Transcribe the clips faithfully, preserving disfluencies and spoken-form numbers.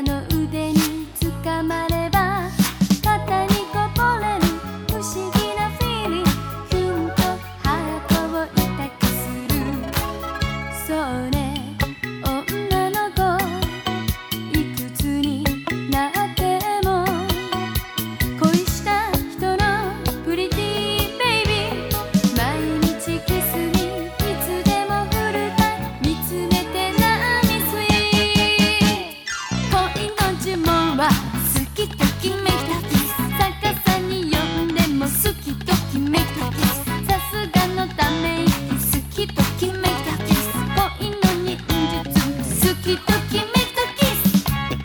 なの腕につかまれば肩にこぼれる不思議なフィーリング、ヒュンとハートを痛くする。そうね、女の子いくつになっても恋した人のプリティーベイビー、毎日キスにいつでもフルタイム見つめてラミスイート。恋の呪文は好きときめきたキス、逆さに呼んでも好きときめきたキス、さすがのため息好きときめきたキス、恋の忍術好きときめきたキス。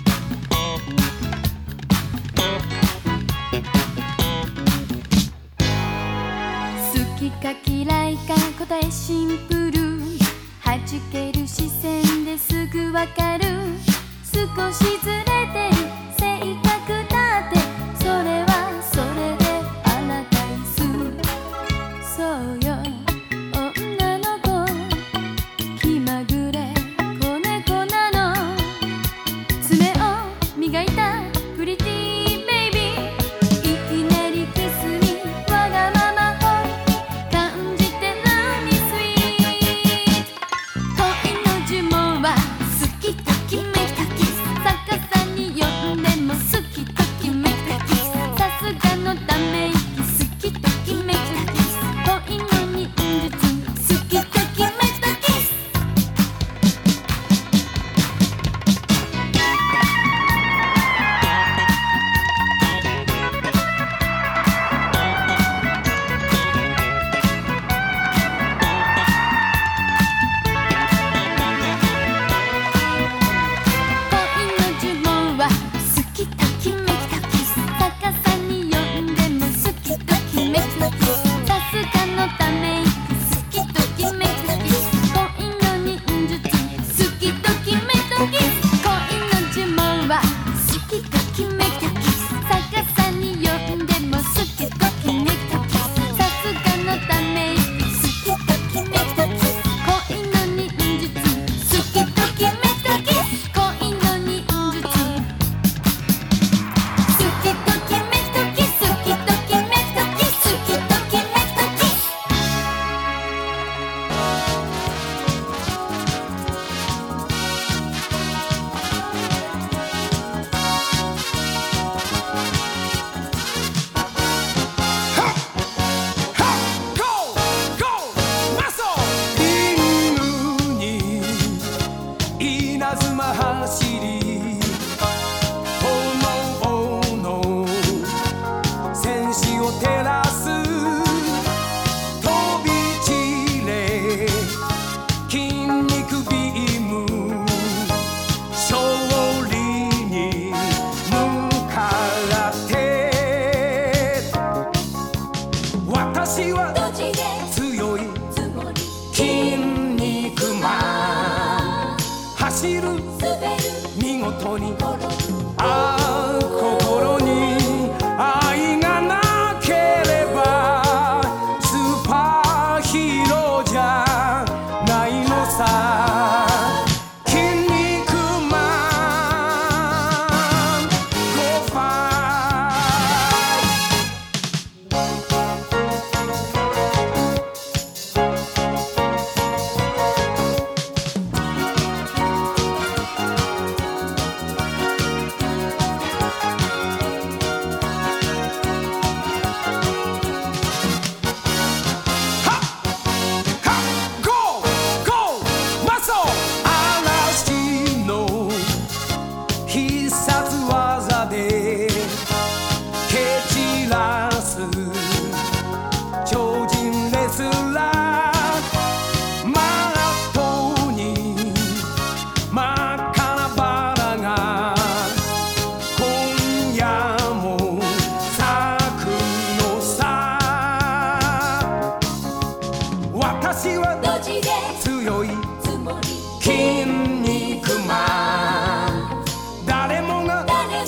好きか嫌いか答えシンプル、弾ける視線ですぐわかる。少しずれてる性格だって、それはそれでパラダイス。そうよ女の子、気まぐれ子猫なの。爪を磨いたプリティーベイビー、いきなりキスにわがままを感じてラミスイート。恋の呪文は好きときめきたキス、逆さに呼んでも好きときめきたキス、さすがのため息好きときめきたキス、恋の忍術好きときめきたキス。恋の呪文は好きときめきたキス、逆さに呼んでも好きときめきたキス、さすがのため息好きときめきたキス、恋の忍術好きときめきたキス。恋の呪文は好きときめきたキス、逆さに呼んでも好きときめきたキス、さすがのため息好きときめきたキス、恋の忍術好きときめきたキス、恋の忍術好きときめきたキス、好きときめきたキス、好きときめきたキス。 リングに稲妻走り、炎の戦士を照らす、飛び散れ筋肉ビーム、勝利に向かって私はドジで強いつもり筋肉マン、走る滑る見事に、 転ぶああ心に愛がなければスーパーヒーローじゃないのさ。筋肉マンゴーファ筋肉マン、誰もが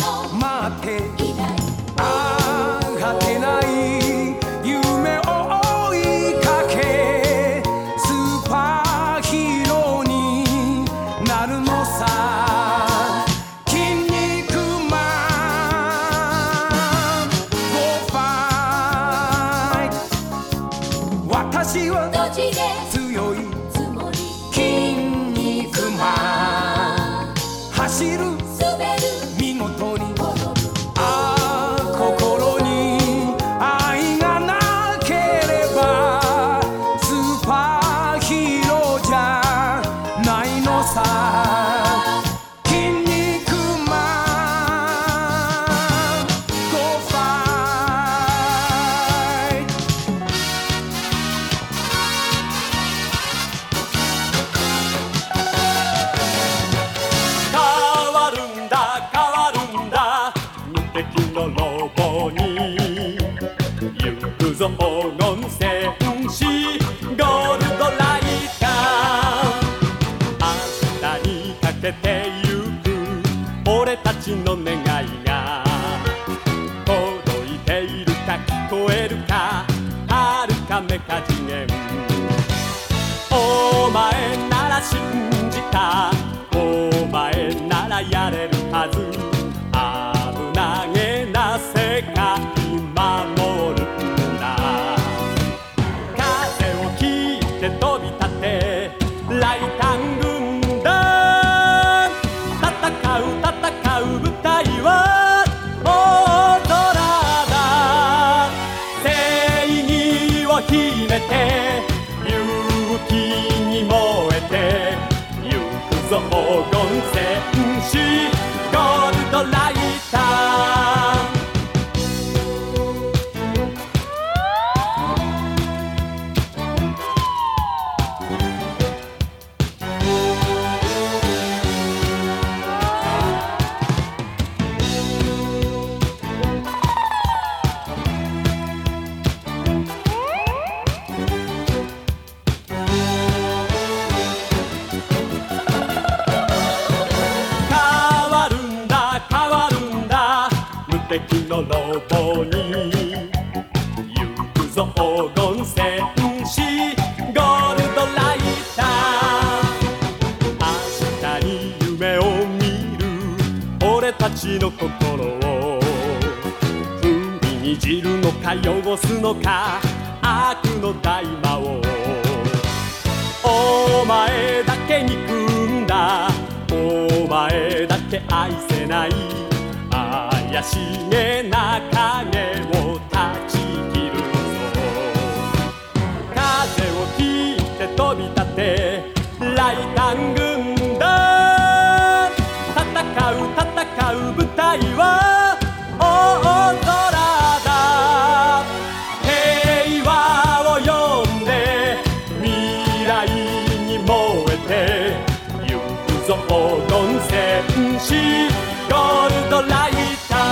俺たちの願いが届いているか聞こえるか遥かメカ次元お前なら信じたお前ならやれるはず危なげな世界守るんだ風を切って飛び立てライタン軍団戦う戦う舞台は大空だ正義を秘めて勇気に燃えてゆくぞ黄金戦士ゴールドライター敵のロボに行くぞ黄金戦士ゴールドライター明日に夢を見る俺たちの心を踏みにじるのか汚すのか悪の大魔王お前だけ憎んだお前だけ愛せない怪しげな影を断ち切るぞ風を切って飛び立てライタン軍団戦う戦う舞台は大空だ平和を呼んで未来に燃えてゆくぞ黄金戦士ゴールドライター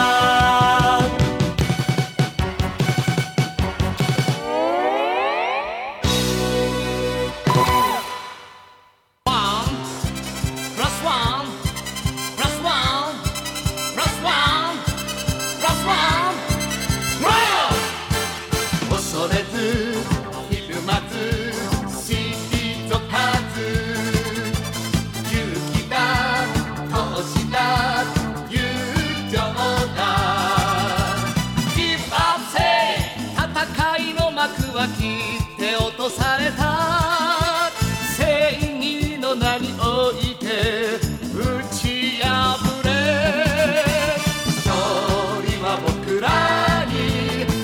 恐れずひるまず退かず勇気だ闘志だ友情だ Give up say 戦いの幕は切って落とされた正義の名において打ち破れ勝利は僕らに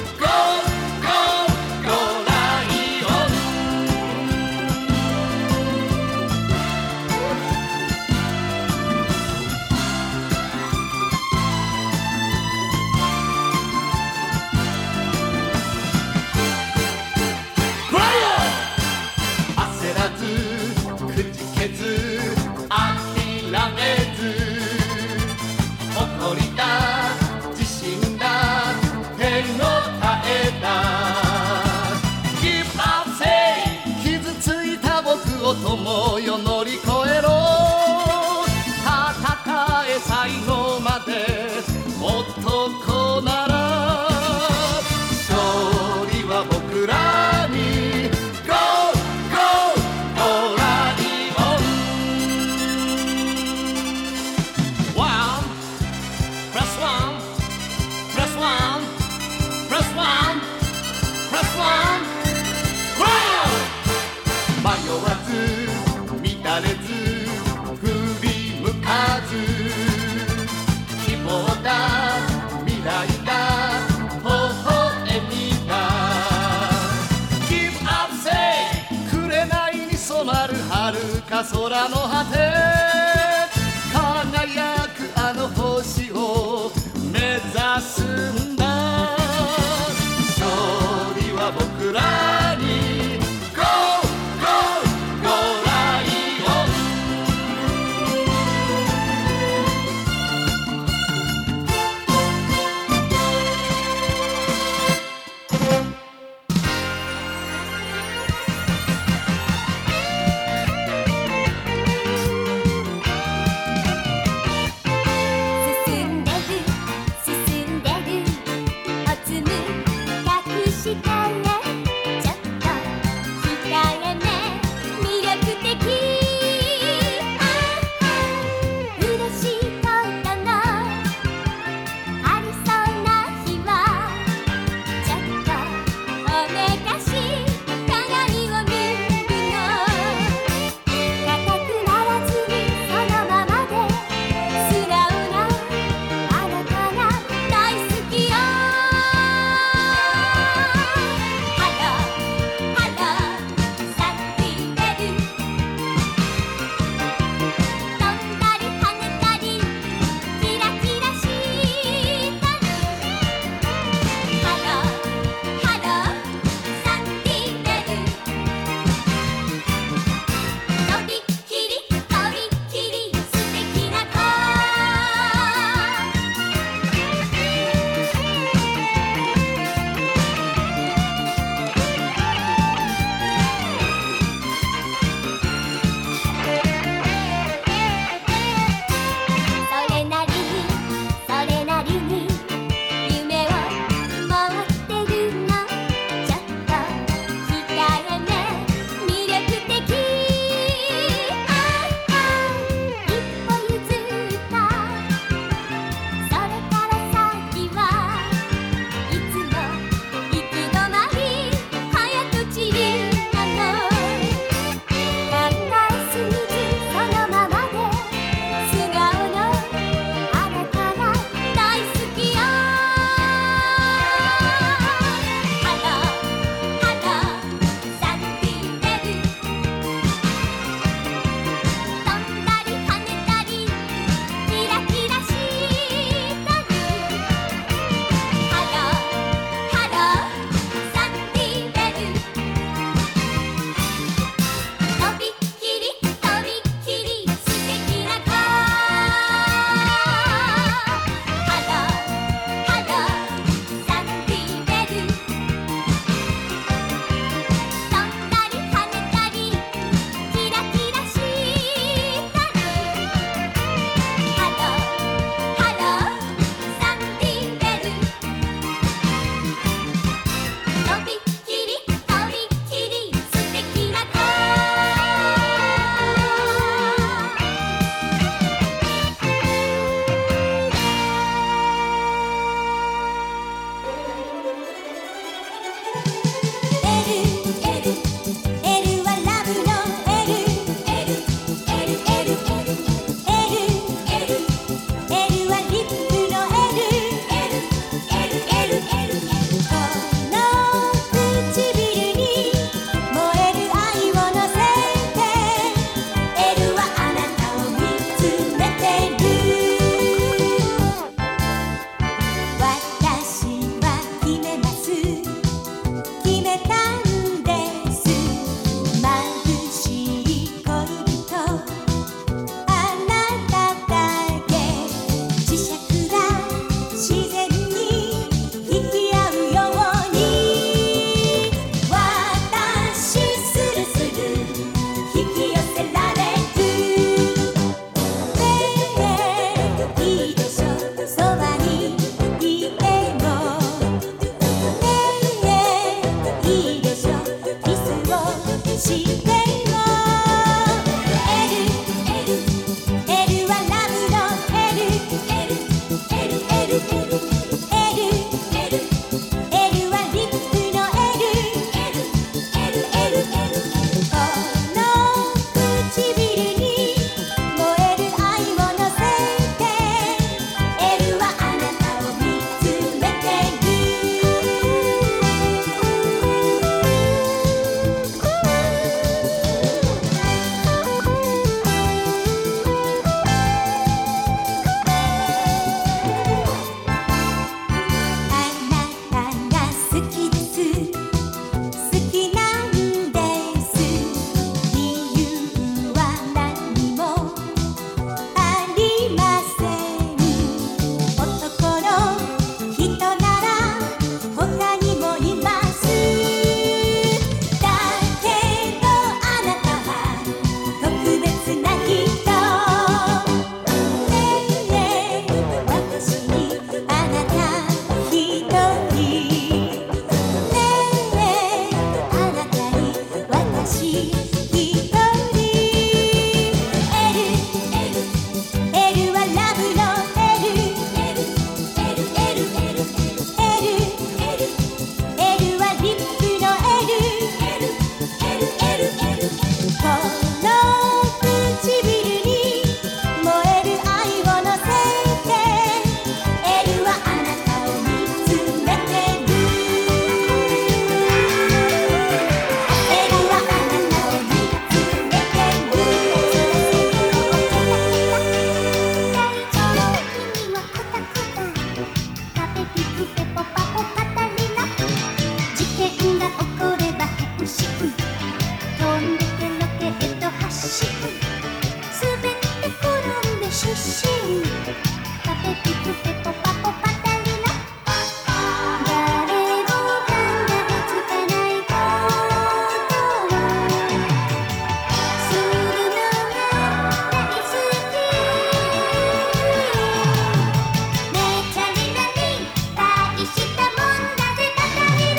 友よ乗り越えろ戦え最後まで男なら勝利は僕らに Go Go ドライオン One Plus one Plus one Plus one Plus one 迷わず乱れず振り向かず希望だ未来だ微笑みだ Give up say 紅に染まる遥か空の果て輝くあの星を目指すんだ勝利は僕らにピプペポパポパタリラ誰も考えつかないことをするのが大好きねえチャリラリ大したもんだぜパタリロ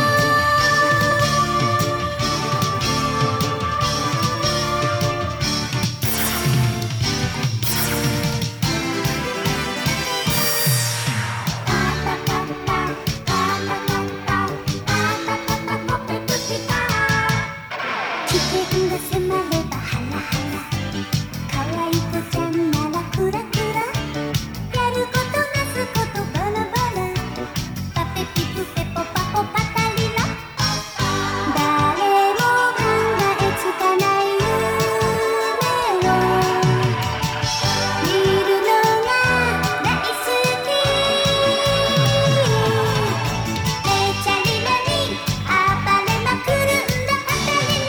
危険が迫ればハラハラ可愛い子ちゃんならクラクラやることなすことバラバラパペピプペポパポパタリラ誰も考えつかない夢を見るのが大好きねえチャリラリ暴れまくるんだパタリロ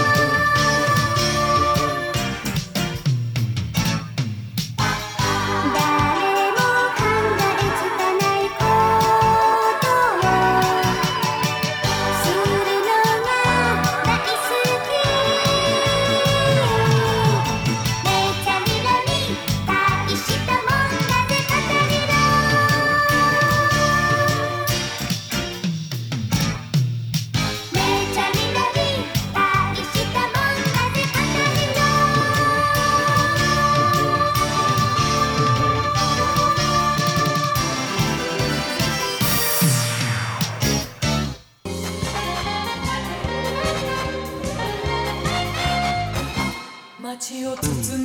誰も考えつかないことをするのが大好きねえチャリラリ大したもんだぜパタリロねえチャリラリ大したもんだぜパタリロ街を包む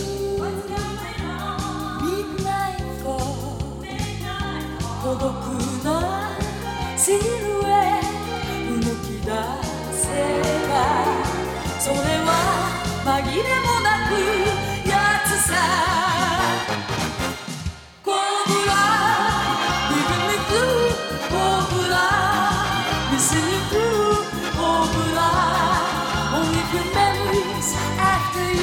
ミッドナイト孤独なシルエット動き出せばそれは紛れもなくやつさコブラビビミクコブラミスユクコブラ Only few memories after you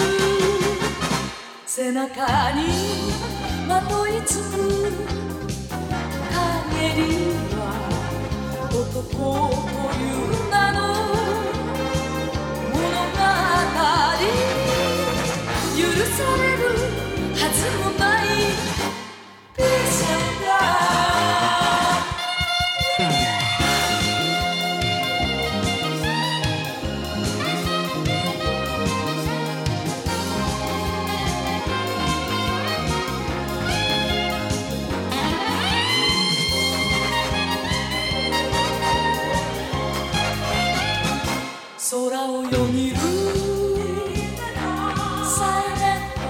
背中にまといつく陰りは男という名の物語許されるはずもないピースだ空をよぎるサイレント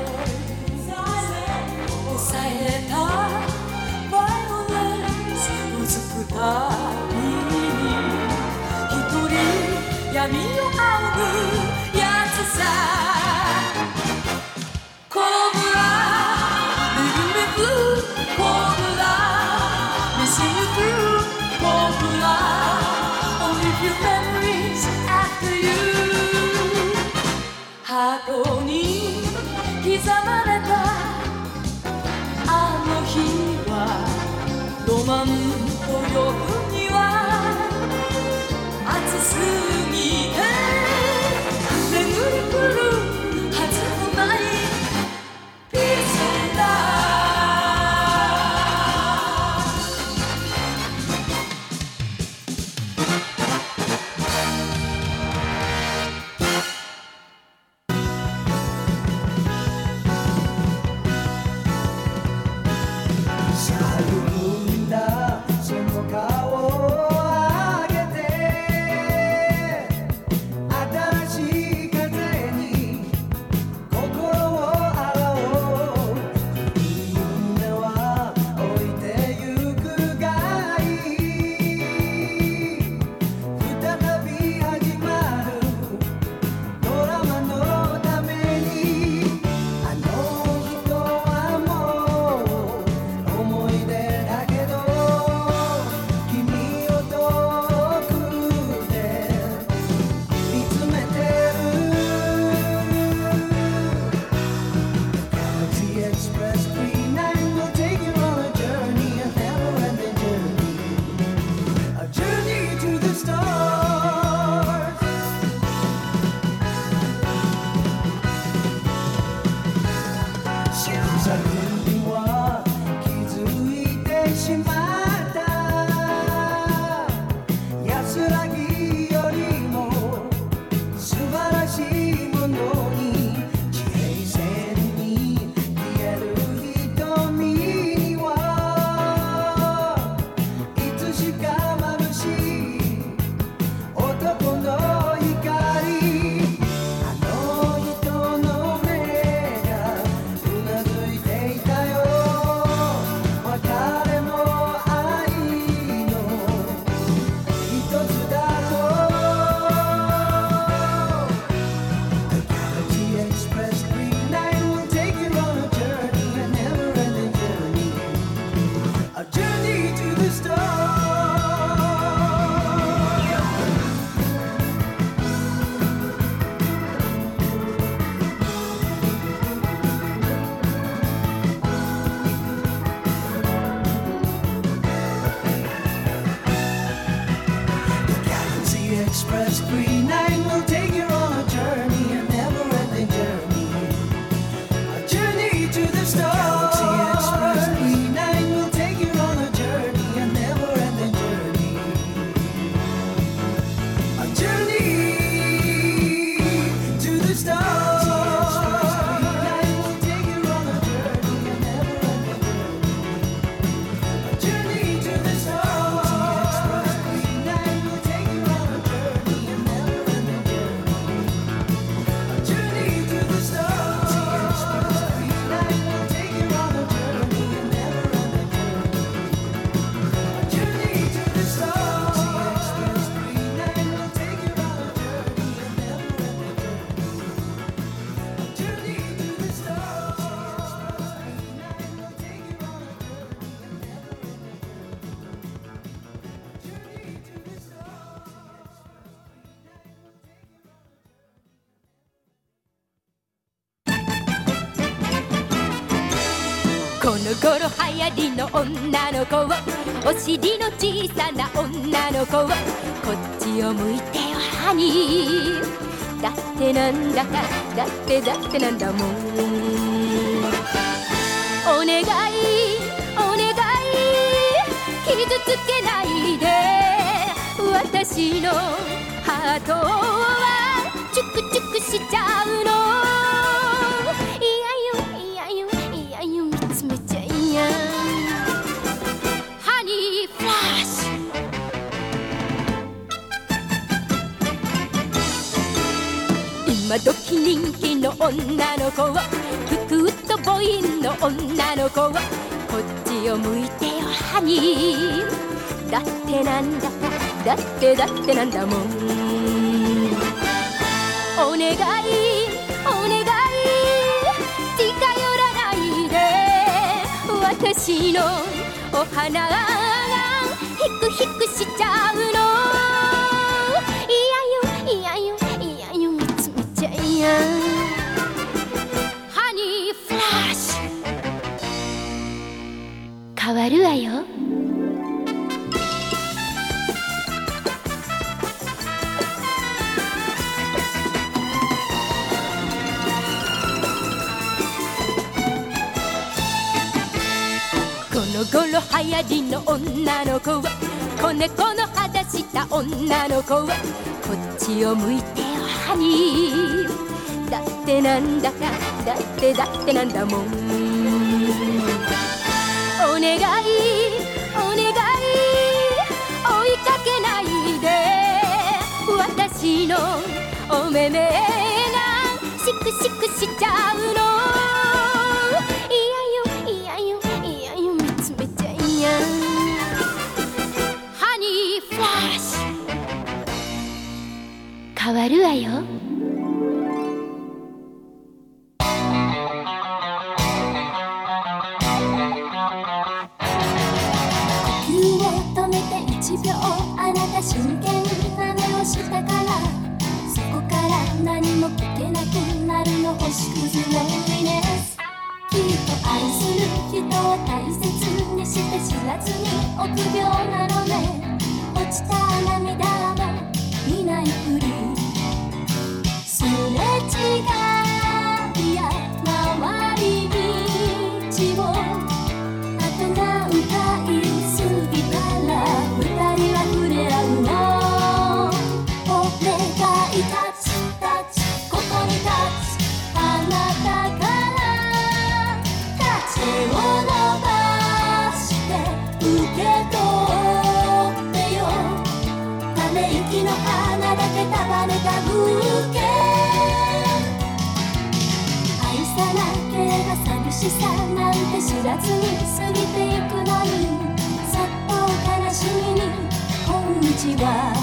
抑えたバイオレンスうずくたびに一人闇を仰ぐやつさコブラビビビブコブラミスユクコブラ Only few memories after you ハートに刻まれたあの日はロマンと呼ぶには熱すぎて巡り来るはずもないピースだしまった安らぎよりも素晴らしいものに地平線に消える瞳にはいつしか眩しい男の光あの人の目がうなずいていたよ別れも愛の一つだと The Galaxy Express Green Line will take you on a journey, a never-ending journey, a journey to the stars. The Galaxy Express Green Line will take you on a journey, a never-ending journey, a journey to the stars. Galaxy Express Green Line will take you on a journey, a never-ending journey, a journey to the stars. この頃流行りの女の子をお尻の小さな女の子をこっちを向いてよハニーだってなんだかだってだってなんだもんお願いお願い傷つけないで私のハートはチュクチュクしちゃうの今時人気の女の子をぷくっとボインの女の子をこっちを向いてよハニーだってなんだかだってだってなんだもんお願いお願い近寄らないで私のお花がヒクヒクしちゃうのハニーフラッシュ変わるわよこの頃流行りの女の子は子猫の肌した女の子はこっちを向いてよハニーだってなんだかだってだってなんだもんお願いお願い追いかけないで私のお目目がシクシクしちゃうのいやよいやよいやよ見つめちゃいやハニーフラッシュ変わるわよあなた真剣な目をしたからそこから何も聞けなくなるの星屑ロンリネスきっと愛する人を大切にして知らずに臆病なのね落ちた涙も見ないふりすれ違いや回り道をあと何回け束ねたブーケ愛さなければ寂しさなんて知らずに過ぎてゆくのにそっと悲しみにこんにちは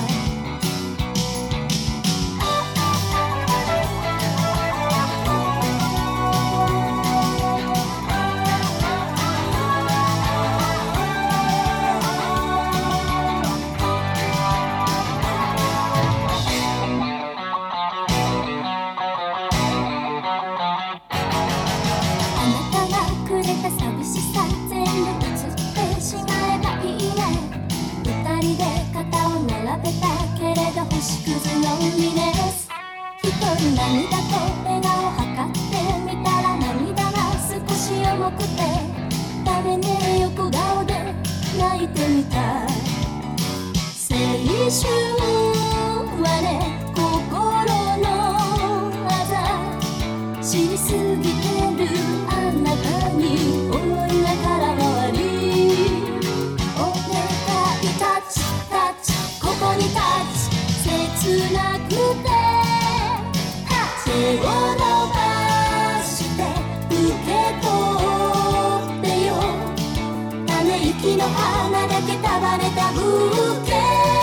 星屑の海です。一人涙と笑顔測ってみたら涙が少し重くてダメね横顔で泣いてみた青春はね心のあざ知りすぎてるあなたに思いながら回りお願いタッチタッチここにタッチ切なくて手を伸ばして受け取ってよため息の花だけ束ねたブーケ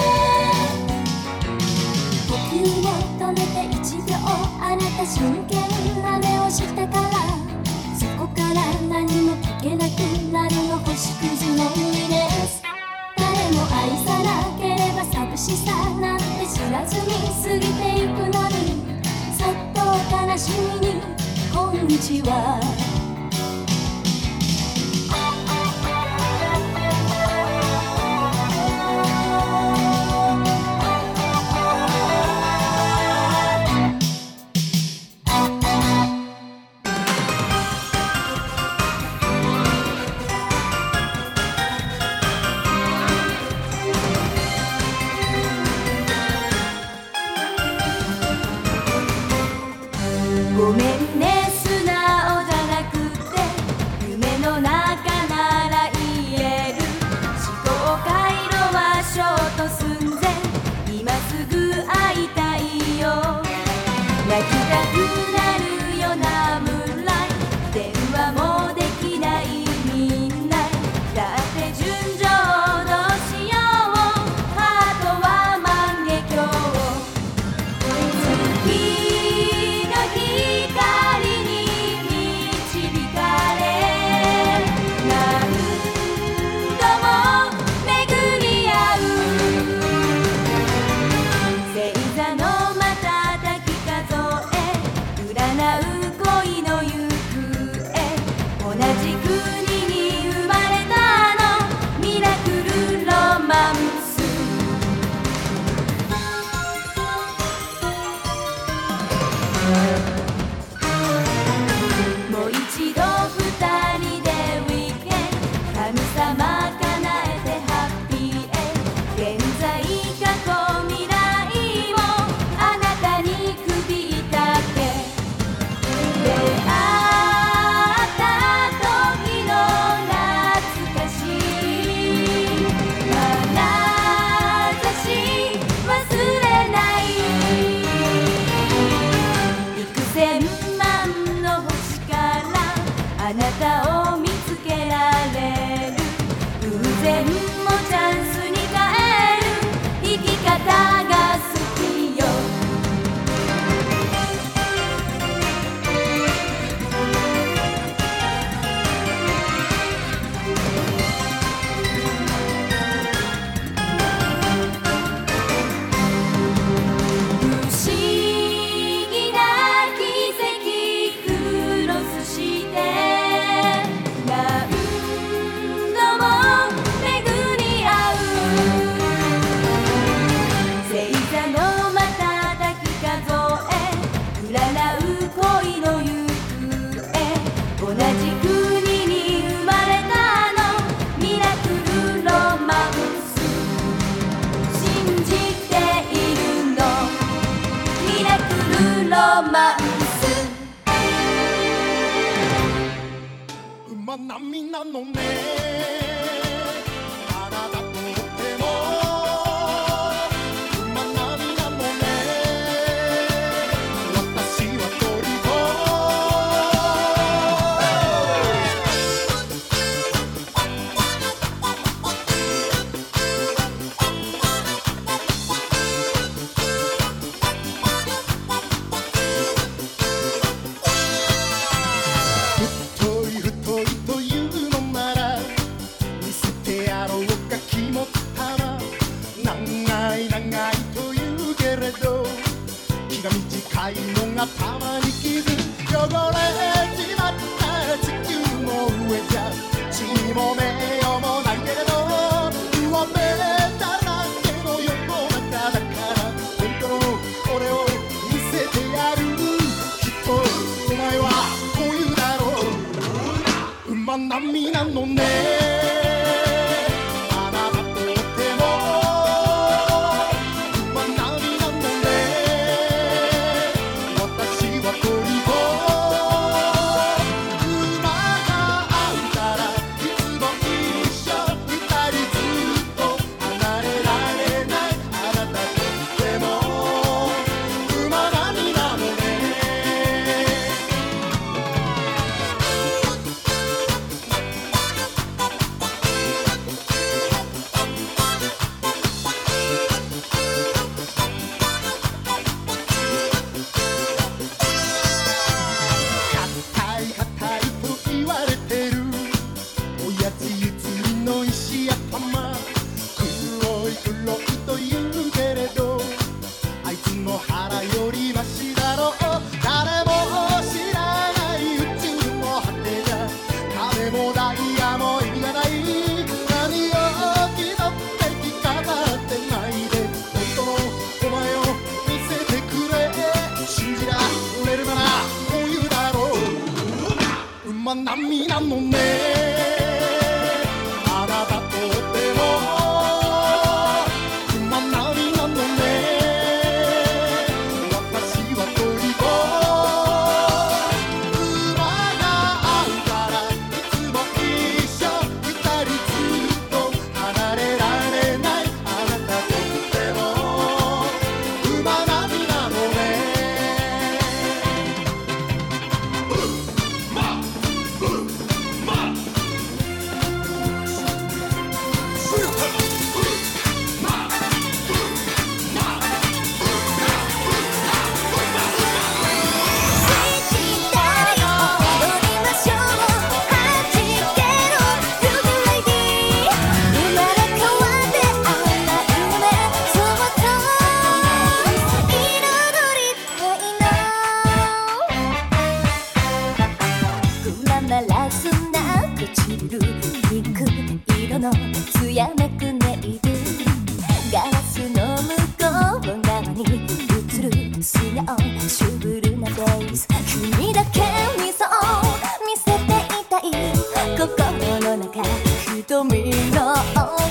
呼吸を止めて一秒あなた真剣な目をしたからそこから何も聞けなくなるの星屑の海です誰も愛さなければ寂しさなんて知らずに過ぎてゆくのにそっと悲しみにこんにちはごめんね素直じゃなくて夢の中なら言える思考回路はショート寸前今すぐ会いたいよ泣きたくなるようなムーンライト電話もできないみんなだって純情どうしようハートは万華鏡月の光に導かれ何度も巡り合う星座の瞬き数え占う恋の行方同じ国に生まれたのミラクルロマンスもう一度二人でウィークエンド神様叶えてハッピーエンド現在過去未来をあなたに首ったけ出会った時の懐かしい眼差し忘れない幾千万の星からあなたを見つけられる偶然もチャンスに変える生き方が好きよ不思議な奇跡クロスして何度も巡ないのがたまに傷汚れちまった地球の上じゃ血も名誉もないけれど上辺だらけの世の中だから本当の俺を見せてやるきっとお前はこう言うだろう馬並みなのね波なのねあなたとっても馬並みなのね私は鳥と馬が合うからいつも一緒二人ずっと離れられないあなたとっても馬並みなのね艶めくネイルガラスの向こう側に映る素顔シュールなフェイス君だけにそう見せていたい心の中瞳の